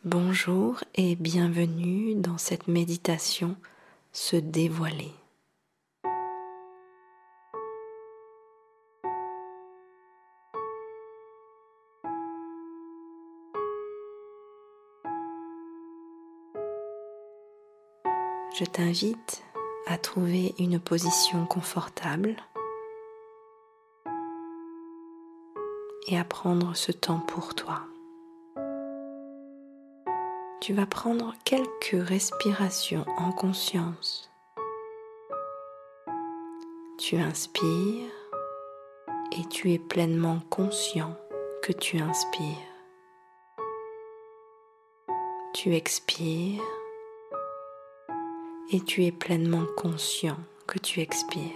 Bonjour et bienvenue dans cette méditation Se dévoiler. Je t'invite à trouver une position confortable et à prendre ce temps pour toi. Tu vas prendre quelques respirations en conscience. Tu inspires et tu es pleinement conscient que tu inspires. Tu expires et tu es pleinement conscient que tu expires.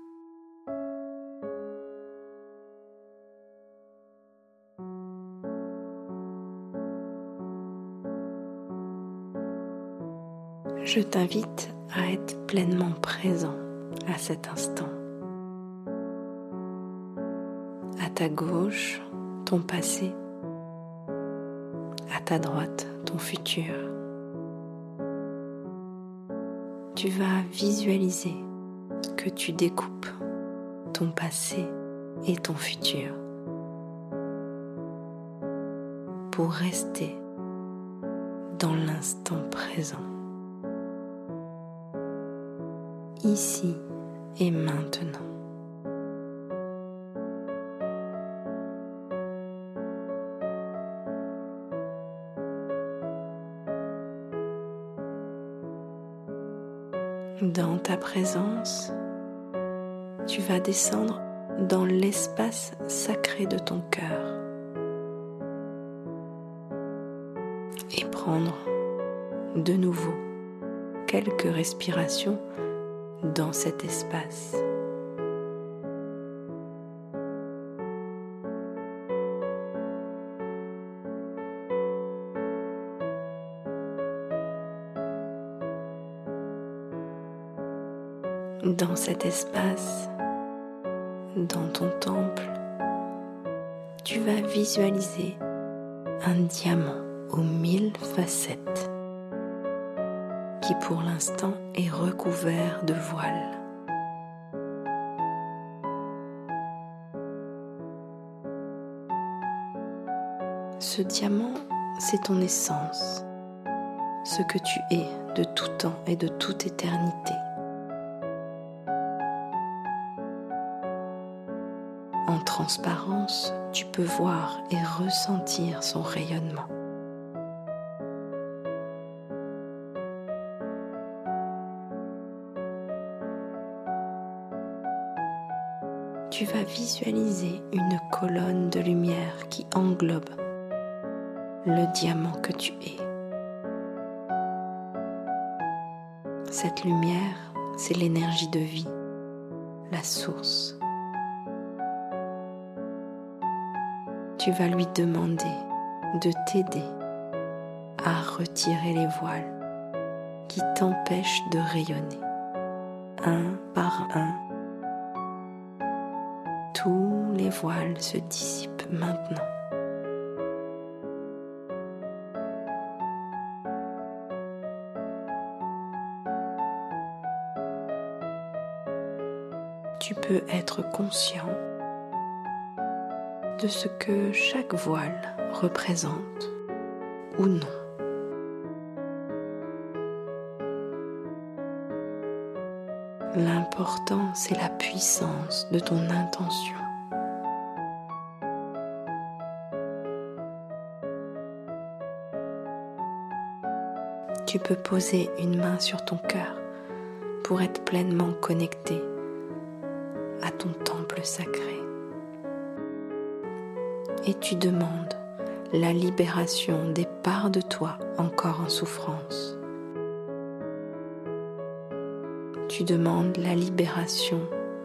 Je t'invite à être pleinement présent à cet instant. À ta gauche, ton passé. À ta droite, ton futur. Tu vas visualiser que tu découpes ton passé et ton futur pour rester dans l'instant présent, ici et maintenant. Dans ta présence, tu vas descendre dans l'espace sacré de ton cœur et prendre de nouveau quelques respirations dans cet espace. Dans cet espace, dans ton temple, tu vas visualiser un diamant aux 1000 facettes qui pour l'instant est recouvert de voile. Ce diamant, c'est ton essence, ce que tu es de tout temps et de toute éternité. En transparence, tu peux voir et ressentir son rayonnement. Tu vas visualiser une colonne de lumière qui englobe le diamant que tu es. Cette lumière, c'est l'énergie de vie, la source. Tu vas lui demander de t'aider à retirer les voiles qui t'empêchent de rayonner, un par un. Tous les voiles se dissipent maintenant. Tu peux être conscient de ce que chaque voile représente ou non. L'important, c'est la puissance de ton intention. Tu peux poser une main sur ton cœur pour être pleinement connecté à ton temple sacré. Et tu demandes la libération des parts de toi encore en souffrance. Tu demandes la libération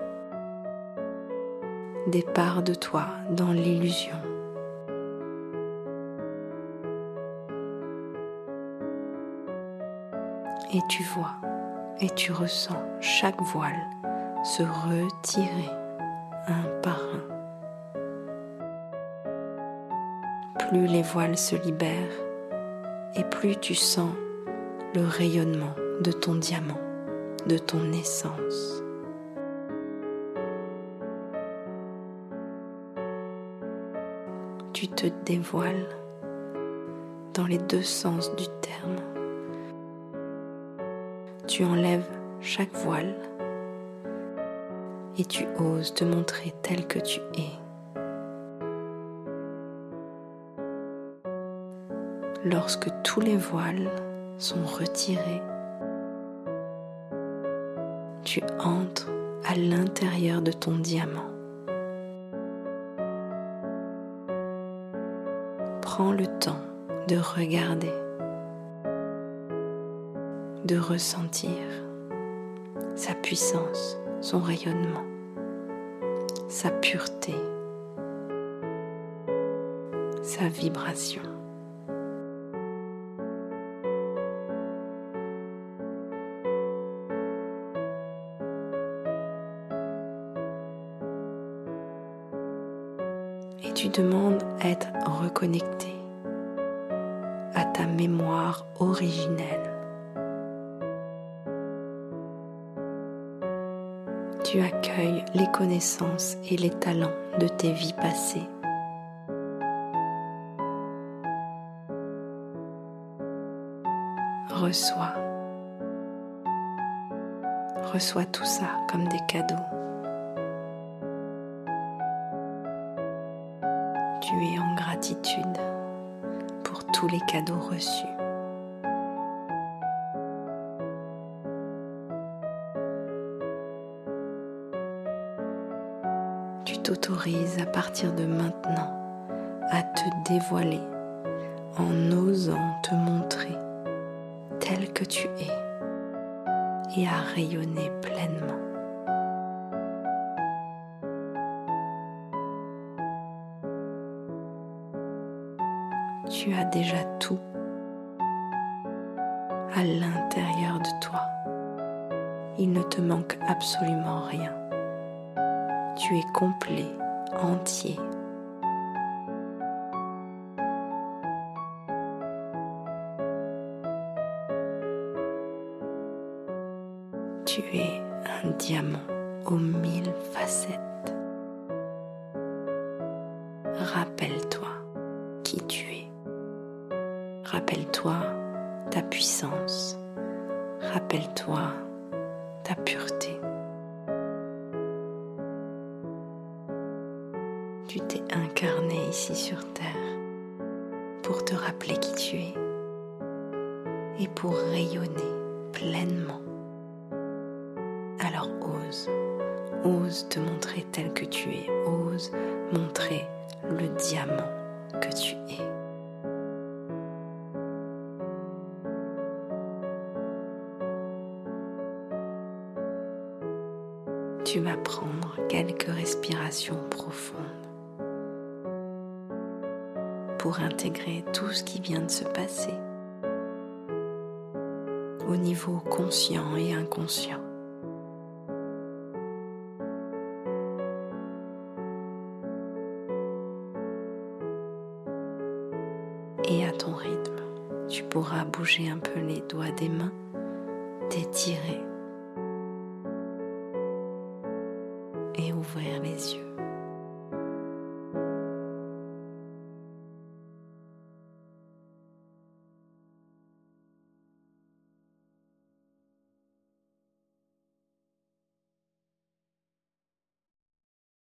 des parts de toi dans l'illusion. Et tu vois et tu ressens chaque voile se retirer un par un. Plus les voiles se libèrent, et plus tu sens le rayonnement de ton diamant, de ton essence. Tu te dévoiles dans les deux sens du terme. Tu enlèves chaque voile et tu oses te montrer tel que tu es. Lorsque tous les voiles sont retirés, tu entres à l'intérieur de ton diamant. Prends le temps de regarder, de ressentir sa puissance, son rayonnement, sa pureté, sa vibration. Et tu demandes à être reconnecté à ta mémoire originelle. Tu accueilles les connaissances et les talents de tes vies passées. Reçois tout ça comme des cadeaux. Tu es en gratitude pour tous les cadeaux reçus. Tu t'autorises à partir de maintenant à te dévoiler en osant te montrer tel que tu es et à rayonner pleinement. Tu as déjà tout à l'intérieur de toi. Il ne te manque absolument rien. Tu es complet, entier. Tu es un diamant aux 1000 facettes. Rappelle-toi qui tu es. Rappelle-toi ta puissance. Rappelle-toi ta pureté. Tu t'es incarné ici sur Terre pour te rappeler qui tu es et pour rayonner pleinement. Alors ose te montrer tel que tu es, ose montrer le diamant que tu es. Tu vas prendre quelques respirations profondes pour intégrer tout ce qui vient de se passer au niveau conscient et inconscient. Et à ton rythme, tu pourras bouger un peu les doigts des mains, t'étirer